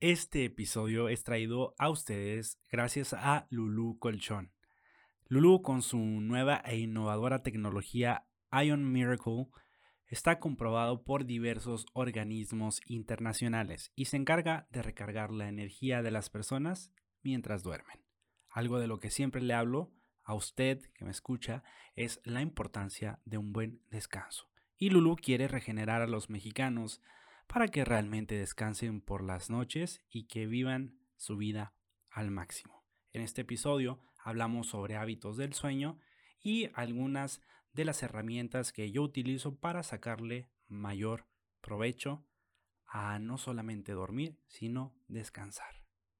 Este episodio es traído a ustedes gracias a Lulú Colchón. Lulú, con su nueva e innovadora tecnología Ion Miracle, está comprobado por diversos organismos internacionales y se encarga de recargar la energía de las personas mientras duermen. Algo de lo que siempre le hablo a usted que me escucha es la importancia de un buen descanso. Y Lulú quiere regenerar a los mexicanos para que realmente descansen por las noches y que vivan su vida al máximo. En este episodio hablamos sobre hábitos del sueño y algunas de las herramientas que yo utilizo para sacarle mayor provecho a no solamente dormir, sino descansar.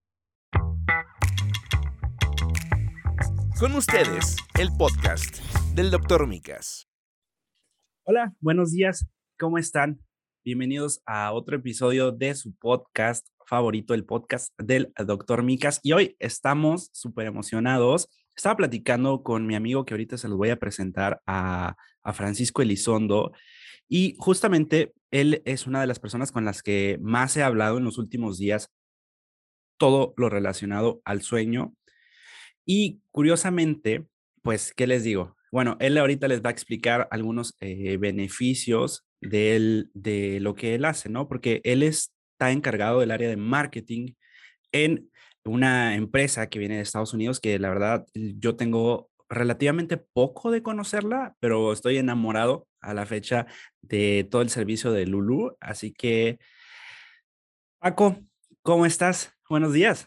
Con ustedes, el podcast del Dr. Micas. Hola, buenos días, ¿cómo están? Bienvenidos a otro episodio de su podcast favorito, el podcast del Dr. Micas. Y hoy estamos súper emocionados. Estaba platicando con mi amigo que ahorita se los voy a presentar a Francisco Elizondo. Y justamente él es una de las personas con las que más he hablado en los últimos días, todo lo relacionado al sueño. Y curiosamente, pues, ¿qué les digo? Bueno, él ahorita les va a explicar algunos beneficios de lo que él hace, ¿no? Porque él está encargado del área de marketing en una empresa que viene de Estados Unidos, que la verdad yo tengo relativamente poco de conocerla, pero estoy enamorado a la fecha de todo el servicio de Lulu. Así que, Paco, ¿cómo estás? Buenos días.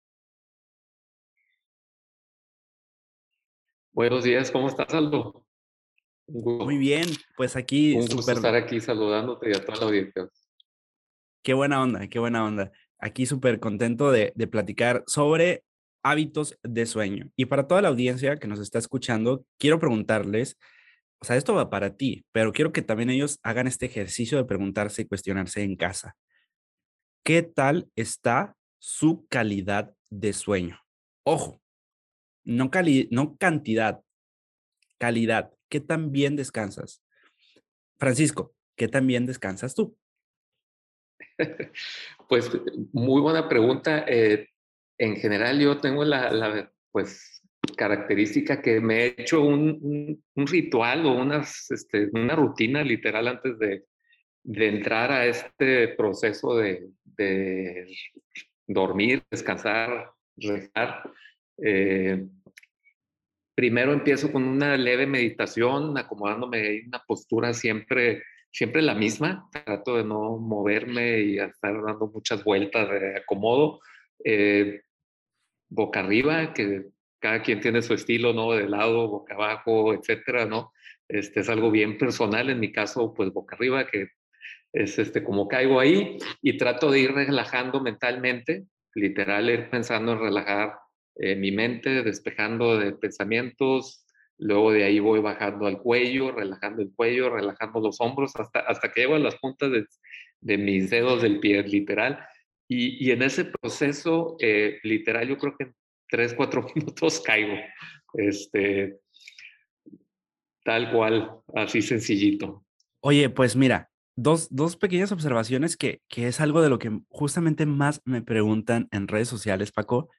Buenos días, ¿cómo estás, Aldo? Un Muy gusto, bien, pues aquí un gusto súper, estar aquí saludándote y a toda la audiencia. qué buena onda, qué buena onda. Aquí súper contento de platicar sobre hábitos de sueño. Y para toda la audiencia que nos está escuchando, quiero preguntarles, o sea, esto va para ti, pero quiero que también ellos hagan este ejercicio de preguntarse y cuestionarse en casa. ¿Qué tal está su calidad de sueño? Ojo, no cantidad, calidad. ¿Qué tan bien descansas? Francisco, ¿qué tan bien descansas tú? Pues muy buena pregunta. En general yo tengo pues, característica que me he hecho un ritual o una rutina literal antes de entrar a este proceso de dormir, descansar, rezar. Eh, Primero empiezo con una leve meditación, acomodándome en una postura siempre la misma. Trato de no moverme y estar dando muchas vueltas de acomodo. Eh, Boca arriba, que cada quien tiene su estilo, ¿no? De lado, boca abajo, etcétera, ¿no? Es algo bien personal. En mi caso, pues boca arriba, que es como caigo ahí y trato de ir relajando mentalmente, literal, ir pensando en relajar mi mente, despejando de pensamientos, luego de ahí voy bajando al cuello, relajando los hombros, hasta que llego a las puntas de mis dedos del pie, literal. Y en ese proceso, literal, yo creo que en 3, 4 minutos caigo, este, tal cual, así sencillito. Oye, pues mira, dos pequeñas observaciones que es algo de lo que justamente más me preguntan en redes sociales, Paco.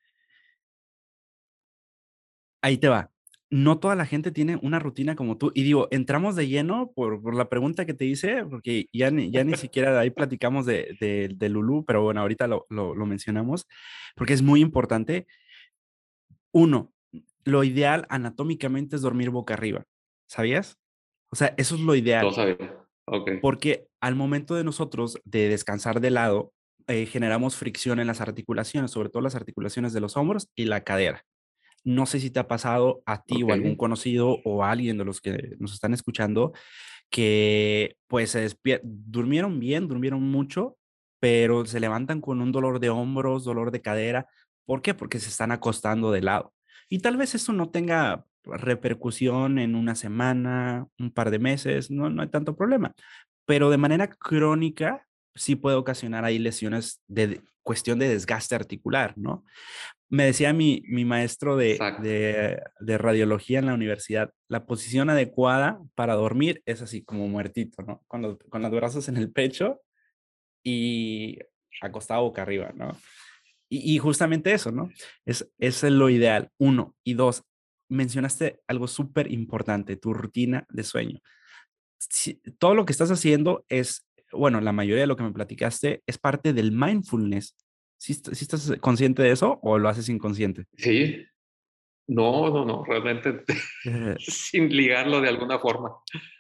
Ahí te va. No toda la gente tiene una rutina como tú. Y digo, entramos de lleno por la pregunta que te hice, porque ya ni siquiera de ahí platicamos de Lulú, pero bueno, ahorita lo mencionamos, porque es muy importante. Uno, lo ideal anatómicamente es dormir boca arriba, ¿sabías? O sea, eso es lo No ideal. sabía. Ok. Porque al momento de nosotros de descansar de lado, generamos fricción en las articulaciones, sobre todo las articulaciones de los hombros y la cadera. No sé si te ha pasado a ti Ok. o algún conocido o a alguien de los que nos están escuchando que pues durmieron bien, durmieron mucho, pero se levantan con un dolor de hombros, dolor de cadera. ¿Por qué? Porque se están acostando de lado. Y tal vez eso no tenga repercusión en una semana, un par de meses, no hay tanto problema. Pero de manera crónica sí puede ocasionar ahí lesiones de cuestión de desgaste articular, ¿no? Me decía mi maestro Exacto. de radiología en la universidad, la posición adecuada para dormir es así como muertito, ¿no? Con los brazos en el pecho y acostado boca arriba, ¿no? Y justamente eso, ¿no? Es lo ideal, uno. Y dos, mencionaste algo súper importante, tu rutina de sueño. Todo lo que estás haciendo es, bueno, la mayoría de lo que me platicaste es parte del mindfulness. ¿Sí estás consciente de eso o lo haces inconsciente? Sí, no, no, no, realmente Eh, sin ligarlo de alguna forma.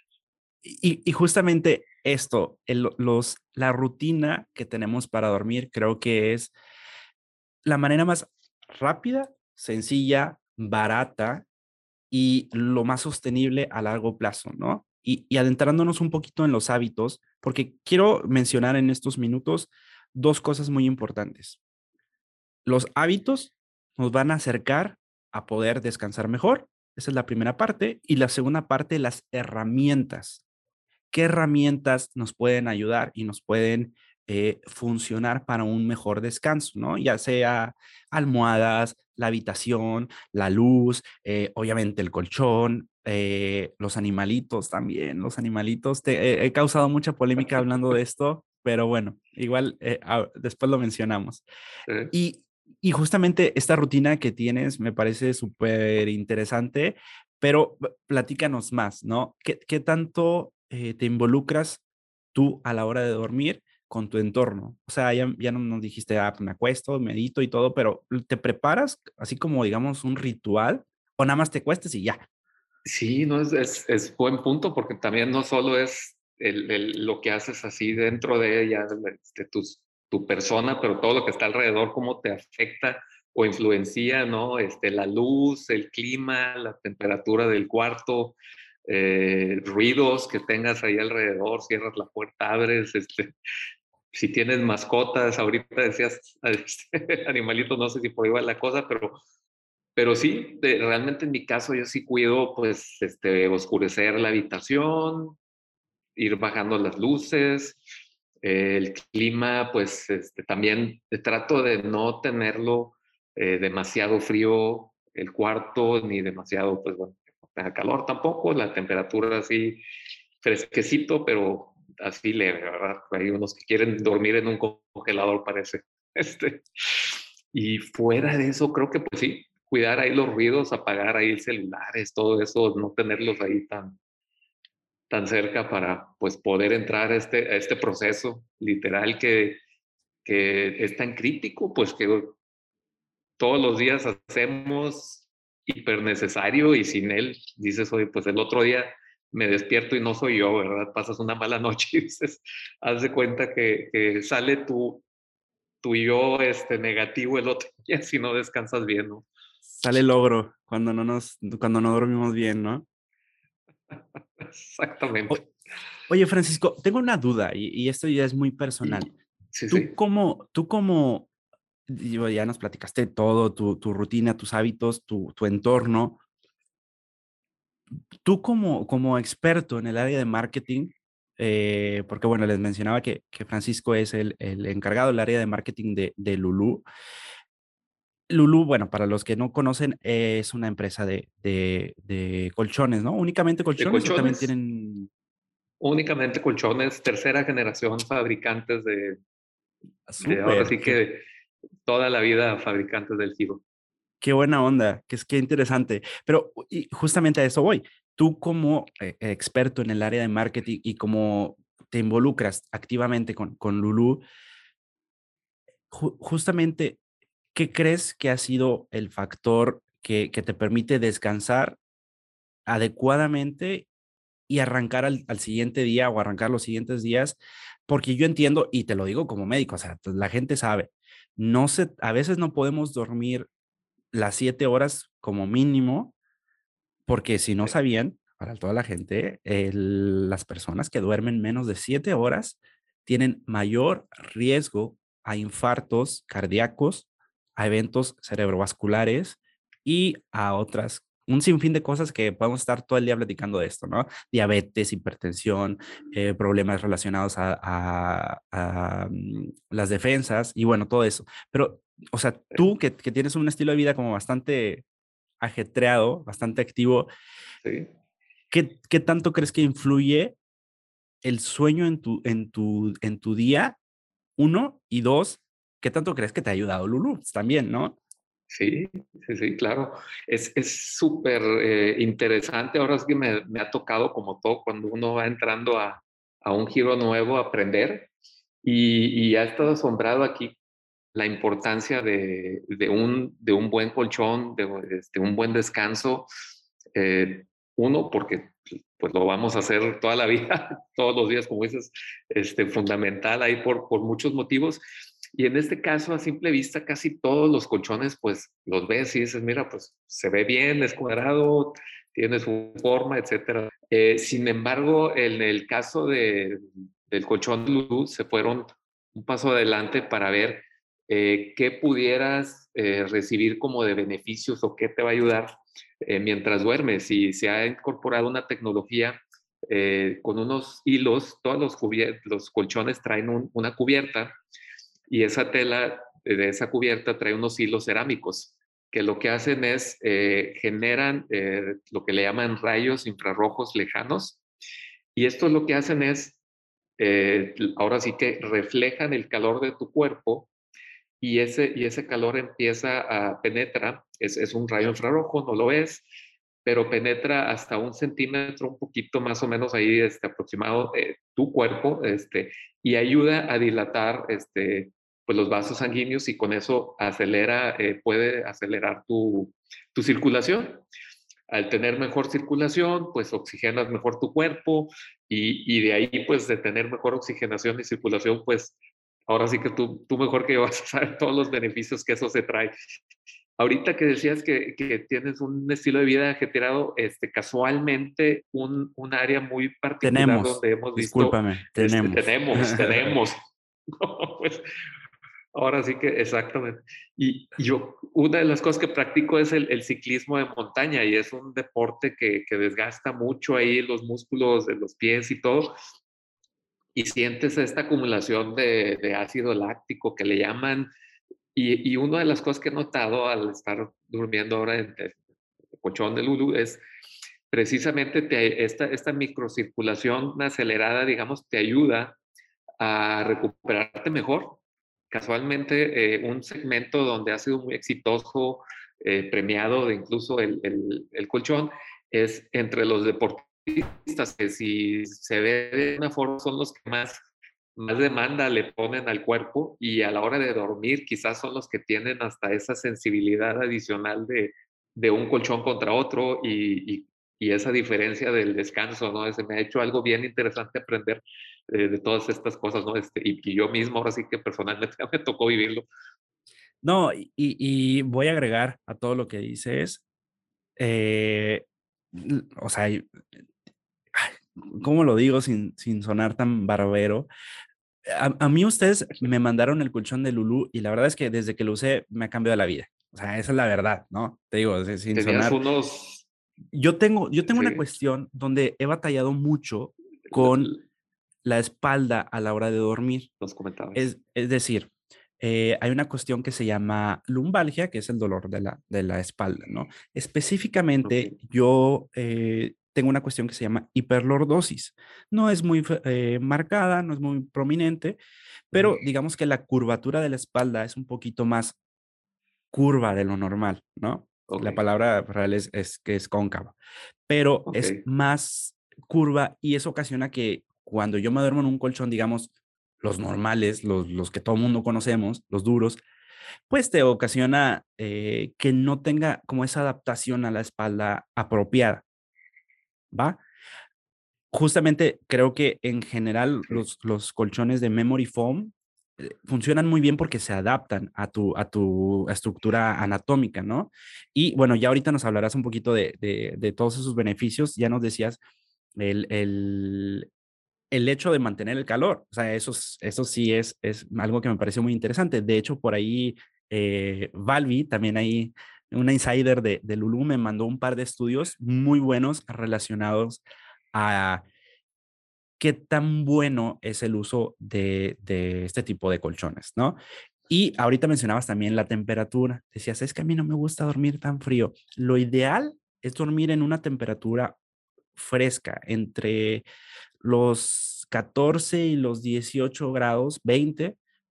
y justamente esto, la rutina que tenemos para dormir, creo que es la manera más rápida, sencilla, barata y lo más sostenible a largo plazo, ¿no? Y adentrándonos un poquito en los hábitos, porque quiero mencionar en estos minutos dos cosas muy importantes. Los hábitos nos van a acercar a poder descansar mejor, esa es la primera parte, y la segunda parte, las herramientas. ¿Qué herramientas nos pueden ayudar y nos pueden funcionar para un mejor descanso, ¿no? Ya sea almohadas, la habitación, la luz, obviamente el colchón, los animalitos también, los animalitos. He causado mucha polémica hablando de esto, pero bueno, igual después lo mencionamos. Eh, Y, y justamente esta rutina que tienes me parece súper interesante, pero platícanos más, ¿no? ¿Qué tanto te involucras tú a la hora de dormir con tu entorno? O sea, ya no nos dijiste, ah, pues me acuesto, medito y todo, pero ¿te preparas así como, digamos, un ritual o nada más te cuestes y ya? Sí, no es buen punto porque también no solo es lo que haces así dentro de ella, tu persona, pero todo lo que está alrededor, cómo te afecta o influencia, ¿no? La luz, el clima, la temperatura del cuarto, ruidos que tengas ahí alrededor, cierras la puerta, abres, si tienes mascotas, ahorita decías animalitos, no sé si por ahí va la cosa, pero sí, realmente en mi caso yo sí cuido, pues, oscurecer la habitación, ir bajando las luces, el clima, pues, también trato de no tenerlo demasiado frío el cuarto, ni demasiado, pues, bueno, que no tenga calor tampoco, la temperatura así fresquecito, pero así leve, ¿verdad? Hay unos que quieren dormir en un congelador, parece. Este, y fuera de eso, creo que pues sí, cuidar ahí los ruidos, apagar ahí celulares, todo eso, no tenerlos ahí tan cerca para pues poder entrar a este proceso literal que es tan crítico, pues que todos los días hacemos hiper necesario y sin él dices, oye, pues el otro día me despierto y no soy yo, ¿verdad? Pasas una mala noche y dices, haz de cuenta que sale tu yo negativo el otro día si no descansas bien, ¿no? Sale el ogro cuando no dormimos bien, ¿no? Exactamente. O- Oye, Francisco, tengo una duda y esto ya es muy personal. Sí, Tú sí. como, tú como, digo, ya nos platicaste todo, tu rutina, tus hábitos, tu entorno. Tú como experto en el área de marketing, porque bueno, les mencionaba que Francisco es el encargado del área de marketing de Lulú. Lulú, bueno, para los que no conocen, es una empresa de colchones, ¿no? ¿Únicamente De colchones o también colchones, tienen... únicamente colchones, tercera generación fabricantes de ahora Súper, sí que toda la vida fabricantes del giro. qué buena onda, qué interesante. Pero y justamente a eso voy. Tú como experto en el área de marketing y como te involucras activamente con Lulú, justamente, ¿qué crees que ha sido el factor que te permite descansar adecuadamente y arrancar al siguiente día o arrancar los siguientes días? Porque yo entiendo, y te lo digo como médico, o sea, pues, la gente sabe, a veces no podemos dormir las 7 horas como mínimo, porque si no sabían, para toda la gente, las personas que duermen menos de 7 horas tienen mayor riesgo a infartos cardíacos, a eventos cerebrovasculares y a un sinfín de cosas que podemos estar todo el día platicando de esto, ¿no? Diabetes, hipertensión, problemas relacionados a las defensas y bueno, todo eso. Pero, o sea, tú que tienes un estilo de vida como bastante ajetreado, bastante activo, Sí. ¿qué tanto crees que influye el sueño en tu día Uno, y dos, ¿qué tanto crees que te ha ayudado Lulú? Pues también, ¿no? Sí, sí, sí, claro. Es súper interesante. Ahora es que me ha tocado, como todo, cuando uno va entrando a un giro nuevo, aprender. Y ha estado asombrado aquí la importancia de un buen colchón, de un buen descanso. Eh, Uno, porque pues lo vamos a hacer toda la vida, todos los días, como dices, fundamental ahí por muchos motivos. Y en este caso, a simple vista, casi todos los colchones, pues los ves y dices, mira, pues se ve bien, es cuadrado, tiene su forma, etcétera. Sin embargo, en el caso del colchón de luz, se fueron un paso adelante para ver qué pudieras recibir como de beneficios o qué te va a ayudar mientras duermes. Y se ha incorporado una tecnología con unos hilos, todos los colchones traen una cubierta y esa tela de esa cubierta trae unos hilos cerámicos que lo que hacen es generan lo que le llaman rayos infrarrojos lejanos y estos lo que hacen es ahora sí que reflejan el calor de tu cuerpo y ese calor empieza a penetra, es un rayo infrarrojo, no lo ves, pero penetra hasta 1 centímetro, un poquito más o menos ahí aproximado tu cuerpo, y ayuda a dilatar pues los vasos sanguíneos y con eso acelera, puede acelerar tu circulación. Al tener mejor circulación, pues oxigenas mejor tu cuerpo y de ahí, pues de tener mejor oxigenación y circulación, pues ahora sí que tú mejor que yo vas a saber todos los beneficios que eso se trae. Ahorita que decías que tienes un estilo de vida ajetreado, casualmente un área muy particular Tenemos, donde hemos visto, discúlpame, tenemos. tenemos, pues, ahora sí que exactamente. Y yo, una de las cosas que practico es el ciclismo de montaña y es un deporte que desgasta mucho ahí los músculos de los pies y todo. Y sientes esta acumulación de ácido láctico que le llaman. Y una de las cosas que he notado al estar durmiendo ahora en el colchón de Lulu es precisamente esta microcirculación acelerada, digamos, te ayuda a recuperarte mejor. Casualmente, un segmento donde ha sido muy exitoso, premiado de incluso el colchón, es entre los deportistas, que si se ve de una forma son los que más demanda le ponen al cuerpo y a la hora de dormir quizás son los que tienen hasta esa sensibilidad adicional de un colchón contra otro y esa diferencia del descanso, ¿no? Ese me ha hecho algo bien interesante aprender de todas estas cosas, ¿no? Y yo mismo ahora sí que personalmente me tocó vivirlo. No, y voy a agregar a todo lo que dices, o sea, ¿cómo lo digo sin sonar tan barbero? A mí ustedes me mandaron el colchón de Lulú y la verdad es que desde que lo usé me ha cambiado la vida. O sea, esa es la verdad, ¿no? Te digo, sin Tenías sonar. unos, Yo tengo una sí, cuestión donde he batallado mucho con la espalda a la hora de dormir. nos comentabas. Es decir, hay una cuestión que se llama lumbalgia, que es el dolor de la espalda, ¿no? Ok. Específicamente, yo tengo una cuestión que se llama hiperlordosis. No es muy marcada, no es muy prominente, Ujú. pero digamos que la curvatura de la espalda es un poquito más curva de lo normal, ¿no? Ok, La palabra real es que es cóncava, pero ok. es más curva y eso ocasiona que cuando yo me duermo en un colchón, digamos, los normales, los que todo el mundo conocemos, los duros, pues te ocasiona que no tenga como esa adaptación a la espalda apropiada, ¿va? Justamente creo que en general Sí. los colchones de memory foam funcionan muy bien porque se adaptan a tu estructura anatómica, ¿no? Y bueno, ya ahorita nos hablarás un poquito de todos esos beneficios. Ya nos decías el, el, el hecho de mantener el calor. O sea, eso sí es algo que me pareció muy interesante. De hecho, por ahí Valvi, también ahí una insider de Lulu, me mandó un par de estudios muy buenos relacionados a qué tan bueno es el uso de este tipo de colchones, ¿no? Y ahorita mencionabas también la temperatura. Decías, es que a mí no me gusta dormir tan frío. Lo ideal es dormir en una temperatura fresca, entre los 14 y los 18 grados, 20,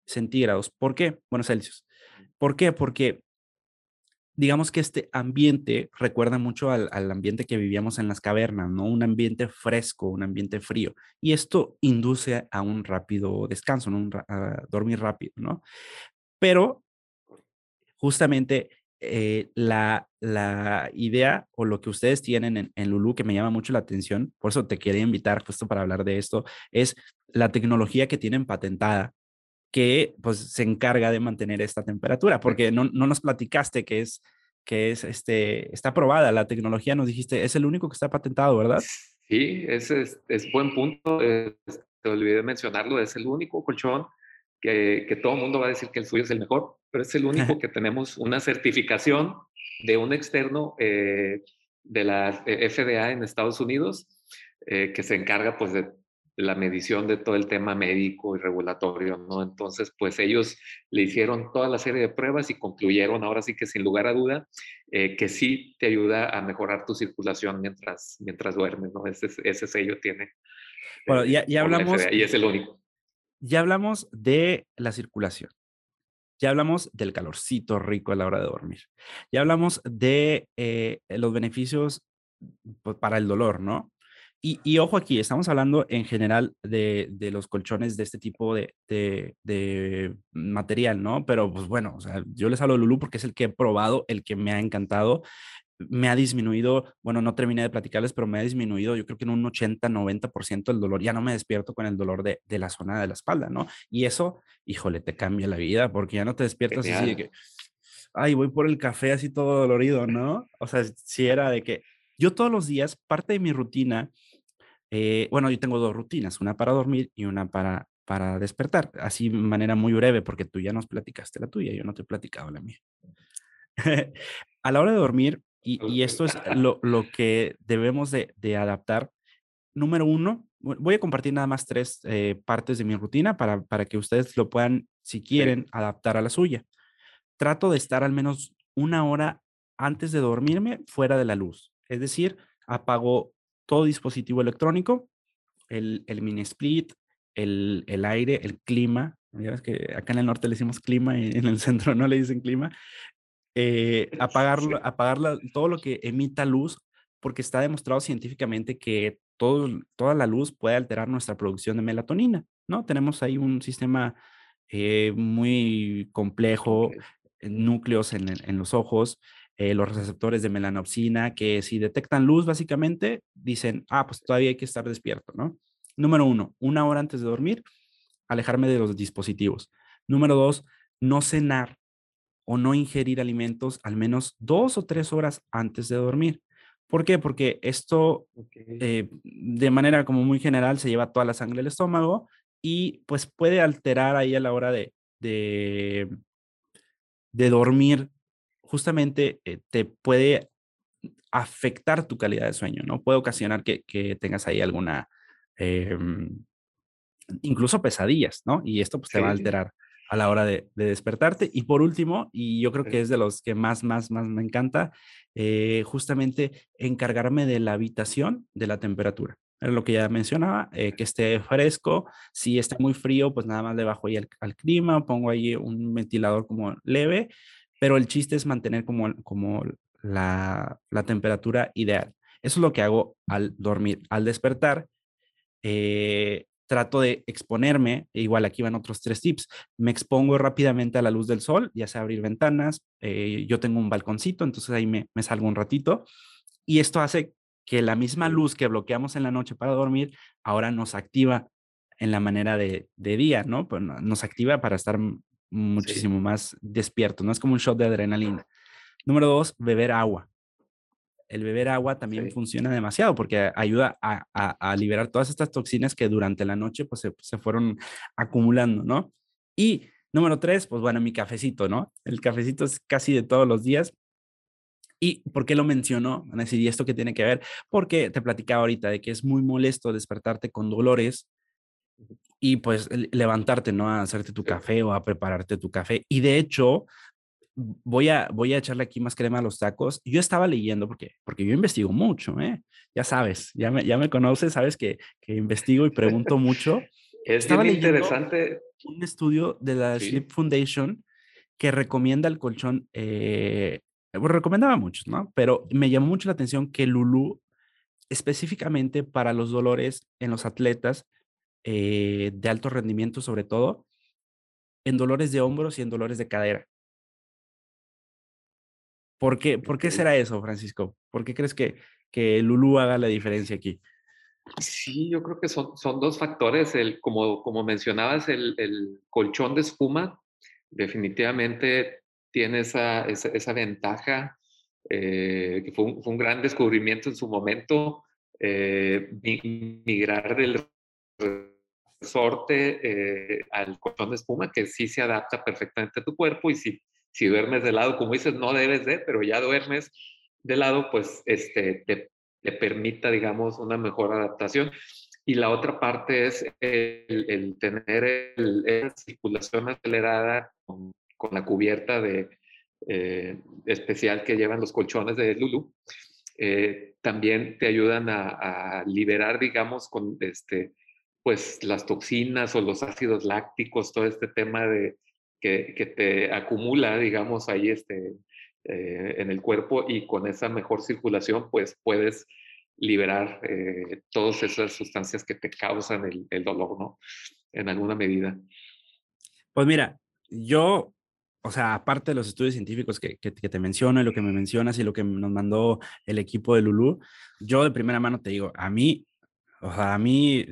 centígrados. ¿Por qué? Bueno, Celsius. ¿Por qué? Porque digamos que este ambiente recuerda mucho al ambiente que vivíamos en las cavernas, ¿no? Un ambiente fresco, un ambiente frío. Y esto induce a un rápido descanso, ¿no? A dormir rápido, ¿no? Pero justamente la idea o lo que ustedes tienen en Lulú que me llama mucho la atención, por eso te quería invitar justo para hablar de esto, es la tecnología que tienen patentada que pues se encarga de mantener esta temperatura, porque no nos platicaste está aprobada la tecnología, nos dijiste, es el único que está patentado, ¿verdad? Sí, ese es buen punto. Te olvidé mencionarlo, es el único colchón que todo el mundo va a decir que el suyo es el mejor, pero es el único que tenemos una certificación de un externo de la FDA en Estados Unidos que se encarga pues de la medición de todo el tema médico y regulatorio, ¿no? Entonces, pues ellos le hicieron toda la serie de pruebas y concluyeron, ahora sí que sin lugar a duda, que sí te ayuda a mejorar tu circulación mientras duermes, ¿no? Ese sello tiene Bueno, ya por la hablamos, FDA y es el único. ya hablamos de la circulación. Ya hablamos del calorcito rico a la hora de dormir. Ya hablamos de los beneficios pues, para el dolor, ¿no? Y ojo aquí, estamos hablando en general de los colchones de este tipo de material, ¿no? Pero pues bueno, o sea, yo les hablo de Lulu porque es el que he probado, el que me ha encantado. Me ha disminuido, bueno, no terminé de platicarles, pero me ha disminuido, yo creo que en un 80-90% el dolor. Ya no me despierto con el dolor de la zona de la espalda, ¿no? Y eso, híjole, te cambia la vida porque ya no te despiertas así de Genial. que, ay, voy por el café así todo dolorido, ¿no? O sea, si era de que yo todos los días, parte de mi rutina, bueno, yo tengo dos rutinas, una para dormir y una para despertar, así de manera muy breve, porque tú ya nos platicaste la tuya, yo no te he platicado la mía. A la hora de dormir, y esto es lo que debemos de adaptar. Número uno, voy a compartir nada más tres partes de mi rutina para que ustedes lo puedan, si quieren, Sí. adaptar a la suya. Trato de estar al menos una hora antes de dormirme fuera de la luz. Es decir, apago todo dispositivo electrónico, el mini split, el aire, el clima. Ya ves que acá en el norte le decimos clima y en el centro no le dicen clima. Sí. Todo lo que emita luz, porque está demostrado científicamente que toda la luz puede alterar nuestra producción de melatonina, ¿no? Tenemos ahí un sistema muy Ok. complejo, núcleos en los ojos, los receptores de melanopsina, que si detectan luz, básicamente dicen, ah, pues todavía hay que estar despierto, ¿no? Número uno, una hora antes de dormir, alejarme de los dispositivos. Número dos, no cenar o no ingerir alimentos al menos 2 o 3 horas antes de dormir. ¿Por qué? Porque esto Ok. de manera como muy general se lleva toda la sangre al estómago y pues puede alterar ahí a la hora de, de dormir. Justamente te puede afectar tu calidad de sueño, ¿no? Puede ocasionar que tengas ahí alguna eh, incluso pesadillas, ¿no? Y esto pues te va a Sí. alterar a la hora de despertarte. Y por último, y yo creo que Sí. es de los que más me encanta, justamente encargarme de la habitación, de la temperatura. Era lo que ya mencionaba, que esté fresco. Si está muy frío, pues nada más le bajo ahí al clima, pongo ahí un ventilador como leve, pero el chiste es mantener como la temperatura ideal. Eso es lo que hago al dormir. Al despertar, trato de exponerme, e igual aquí van otros tres tips, me expongo rápidamente a la luz del sol, ya sea abrir ventanas, yo tengo un balconcito, entonces ahí me salgo un ratito y esto hace que la misma Sí. luz que bloqueamos en la noche para dormir, ahora nos activa en la manera de día, ¿no? Pues nos activa para estar Sí. muchísimo más despierto, no es como un shot de adrenalina. Número dos, beber agua. El beber agua también Sí. funciona demasiado porque ayuda a liberar todas estas toxinas que durante la noche pues se fueron acumulando, ¿no? Y número tres, pues bueno, mi cafecito, ¿no? El cafecito es casi de todos los días. ¿Y por qué lo menciono? Van a decir, ¿y esto qué tiene que ver? Porque te platicaba ahorita de que es muy molesto despertarte con dolores y pues levantarte, ¿no? A hacerte tu Sí. café o a prepararte tu café. Y de hecho, voy a echarle aquí más crema a los tacos. Yo estaba leyendo porque yo investigo mucho, ¿eh? Ya sabes, ya me conoces, sabes que investigo y pregunto mucho. Es Estaba bien leyendo interesante. un estudio de la Sí, Sleep Foundation que recomienda el colchón, bueno, recomendaba muchos, ¿no? Pero me llamó mucho la atención que Lulú, específicamente para los dolores en los atletas de alto rendimiento, sobre todo, en dolores de hombros y en dolores de cadera. ¿Por qué ok. será eso, Francisco? ¿Por qué crees que Lulú haga la diferencia aquí? Sí, yo creo que son dos factores. Como mencionabas, el colchón de espuma definitivamente tiene esa ventaja, que fue un gran descubrimiento en su momento, migrar del resorte al colchón de espuma, que sí se adapta perfectamente a tu cuerpo y si duermes de lado, como dices, no debes de, pero ya duermes de lado, pues te permita, digamos, una mejor adaptación. Y la otra parte es el tener esa circulación acelerada con la cubierta especial que llevan los colchones de Lulu. También te ayudan a liberar, digamos, pues las toxinas o los ácidos lácticos, todo este tema que te acumula, digamos, ahí en el cuerpo, y con esa mejor circulación, pues puedes liberar todas esas sustancias que te causan el dolor, ¿no? En alguna medida. Pues mira, yo, o sea, aparte de los estudios científicos que te menciono y lo que me mencionas y lo que nos mandó el equipo de Lulú, yo de primera mano te digo, a mí, o sea, a mí,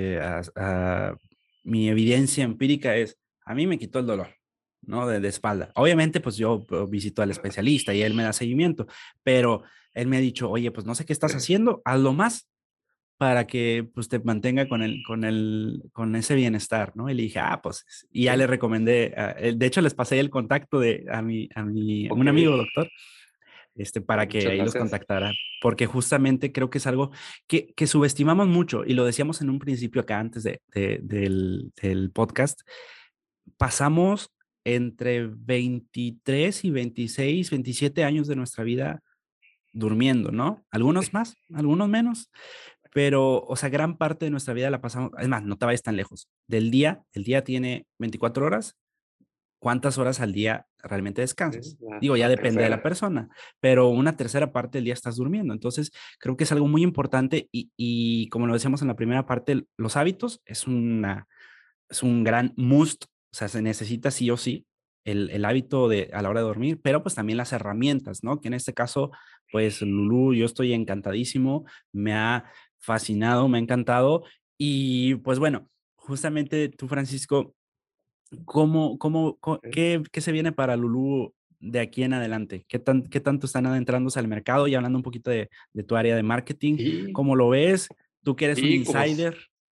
mi evidencia empírica es, a mí me quitó el dolor, ¿no? De espalda. Obviamente, pues yo visito al especialista y él me da seguimiento, pero él me ha dicho, oye, pues no sé qué estás haciendo, hazlo más para que pues te mantenga con ese bienestar, ¿no? Y le dije, ah, pues, y ya le Sí, recomendé, de hecho les pasé el contacto un ok. amigo doctor, para que Muchas ahí los gracias. contactara, porque justamente creo que es algo que subestimamos mucho y lo decíamos en un principio acá antes del podcast, pasamos entre 23 y 26, 27 años de nuestra vida durmiendo, ¿no? Algunos más, algunos menos, pero, o sea, gran parte de nuestra vida la pasamos, es más, no te vayas tan lejos. El día tiene 24 horas, ¿cuántas horas al día realmente descansas? Digo, ya La depende de la tercera. persona, pero una tercera parte del día estás durmiendo. Entonces, creo que es algo muy importante y como lo decíamos en la primera parte, los hábitos es un gran must, o sea, se necesita sí o sí el hábito a la hora de dormir, pero pues también las herramientas, ¿no? Que en este caso, pues Lulú, yo estoy encantadísimo, me ha fascinado, me ha encantado y pues bueno, justamente tú, Francisco, qué se viene para Lulú de aquí en adelante? Qué tanto están adentrándose al mercado? Y hablando un poquito de tu área de marketing, Sí, ¿cómo lo ves? Tú que eres un sí, insider.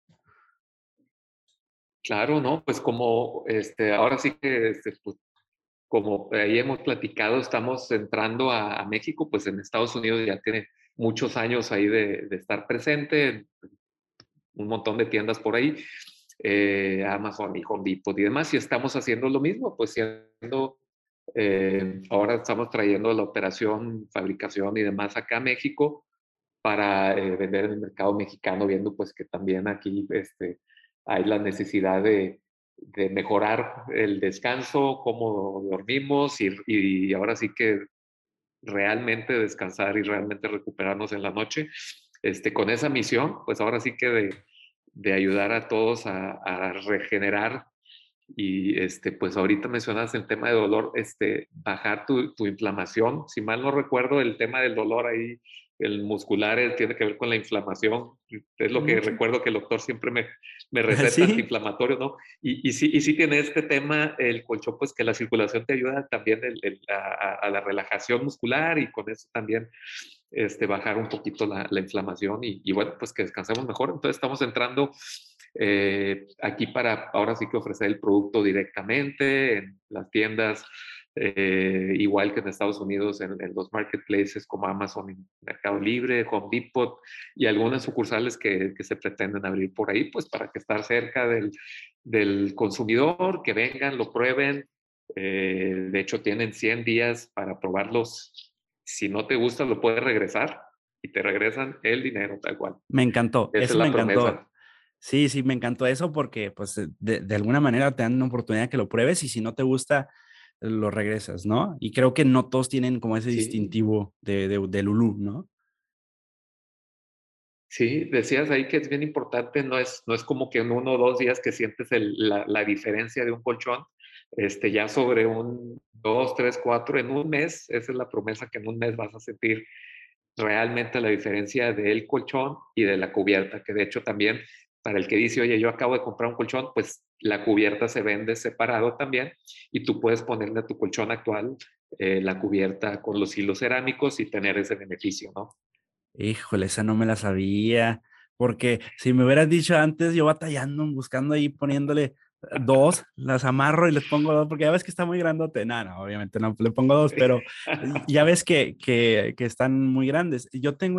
claro, ¿no? Pues como ahora sí que pues, como ahí hemos platicado, estamos entrando a México, pues en Estados Unidos ya tiene muchos años ahí de estar presente, un montón de tiendas por ahí, Amazon y Home Depot y demás, y estamos haciendo lo mismo, pues siendo, ahora estamos trayendo la operación, fabricación y demás acá a México para vender en el mercado mexicano, viendo pues que también aquí hay la necesidad de mejorar el descanso, cómo dormimos y ahora sí que realmente descansar y realmente recuperarnos en la noche. Con esa misión, pues ahora sí que de ayudar a todos a regenerar y pues ahorita mencionas el tema de dolor, bajar tu inflamación. Si mal no recuerdo, el tema del dolor ahí, el muscular, tiene que ver con la inflamación. Es lo que Mucho. recuerdo que el doctor siempre me receta Sí, antiinflamatorio, ¿no? Y sí tiene este tema, el colchón, pues que la circulación te ayuda también a la relajación muscular y con eso también bajar un poquito la inflamación y bueno, pues que descansemos mejor. Entonces estamos entrando aquí para ahora sí que ofrecer el producto directamente en las tiendas, igual que en Estados Unidos, en los marketplaces como Amazon, Mercado Libre, Home Depot y algunas sucursales que se pretenden abrir por ahí, pues para que estar cerca del consumidor, que vengan, lo prueben. De hecho, tienen 100 días para probarlos. Si no te gusta, lo puedes regresar y te regresan el dinero tal cual. me encantó, Esa es eso me la encantó. promesa. Sí, sí, me encantó eso porque pues de alguna manera te dan una oportunidad que lo pruebes y si no te gusta, lo regresas, ¿no? Y creo que no todos tienen como ese Sí, distintivo de Lulú, ¿no? sí, decías ahí que es bien importante, no es como que en 1 o 2 días que sientes la diferencia de un colchón, ya sobre 1, 2, 3, 4, en un mes, esa es la promesa que en un mes vas a sentir realmente la diferencia del colchón y de la cubierta, que de hecho también para el que dice, oye, yo acabo de comprar un colchón, pues la cubierta se vende separado también y tú puedes ponerle a tu colchón actual la cubierta con los hilos cerámicos y tener ese beneficio, ¿no? Híjole, esa no me la sabía, porque si me hubieras dicho antes, yo batallando, buscando ahí, poniéndole dos, las amarro y les pongo dos, porque ya ves que está muy grandote. No, no, obviamente no, le pongo dos, pero ya ves que están muy grandes. Yo tengo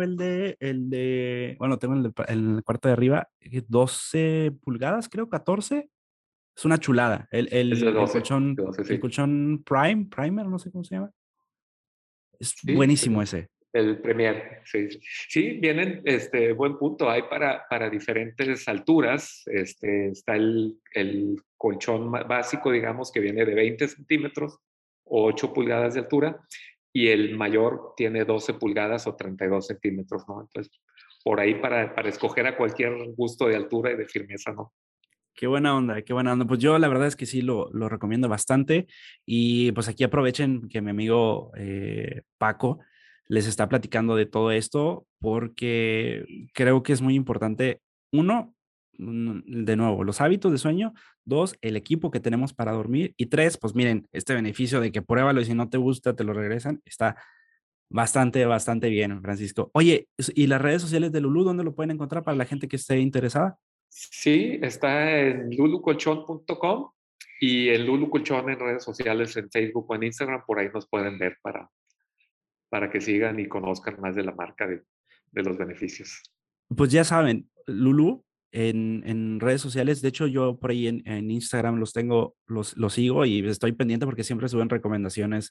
bueno, tengo el cuarto de arriba, 12 pulgadas, creo, 14. Es una chulada. Es de 12, de Colchón, 12, el sí. colchón Primer, no sé cómo se llama. Es Sí, buenísimo ese. el Premier, sí. Sí, vienen, buen punto, hay para diferentes alturas, está el colchón básico, digamos, que viene de 20 centímetros o 8 pulgadas de altura, y el mayor tiene 12 pulgadas o 32 centímetros, ¿no? Entonces, por ahí para escoger a cualquier gusto de altura y de firmeza, ¿no? Qué buena onda, qué buena onda. Pues yo la verdad es que sí lo recomiendo bastante y pues aquí aprovechen que mi amigo Paco les está platicando de todo esto porque creo que es muy importante, uno, de nuevo, los hábitos de sueño, dos, el equipo que tenemos para dormir y tres, pues miren, este beneficio de que pruébalo y si no te gusta te lo regresan, está bastante, bastante bien, Francisco. Oye, ¿y las redes sociales de Lulú, dónde lo pueden encontrar para la gente que esté interesada? Sí, está en lulucolchón.com y en Lulu Colchón en redes sociales, en Facebook o en Instagram, por ahí nos pueden ver para que sigan y conozcan más de la marca de los beneficios. Pues ya saben, Lulu en redes sociales, de hecho yo por ahí en Instagram los tengo, los sigo y estoy pendiente porque siempre suben recomendaciones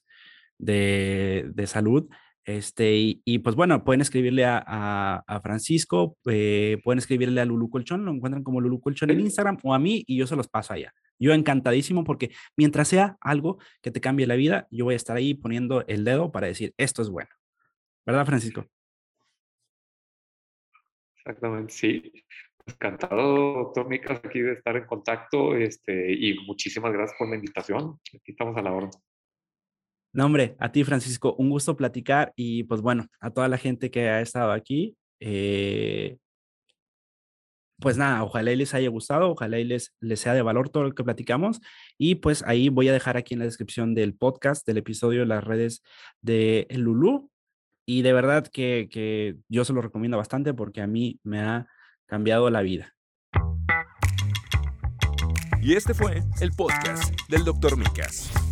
de salud. Y pues bueno, pueden escribirle a Francisco, pueden escribirle a Lulu Colchón, lo encuentran como Lulu Colchón en Sí, Instagram o a mí y yo se los paso allá. Yo encantadísimo porque mientras sea algo que te cambie la vida, yo voy a estar ahí poniendo el dedo para decir, esto es bueno. ¿Verdad, Francisco? exactamente, sí. Encantado, doctor Micas, aquí de estar en contacto, y muchísimas gracias por la invitación. Aquí estamos a la orden. No, hombre, a ti, Francisco, un gusto platicar y pues bueno, a toda la gente que ha estado aquí, pues nada, ojalá y les haya gustado, ojalá y les sea de valor todo lo que platicamos y pues ahí voy a dejar aquí en la descripción del podcast, del episodio, las redes de Lulú y de verdad que yo se lo recomiendo bastante porque a mí me ha cambiado la vida. Y este fue el podcast del Dr. Micas.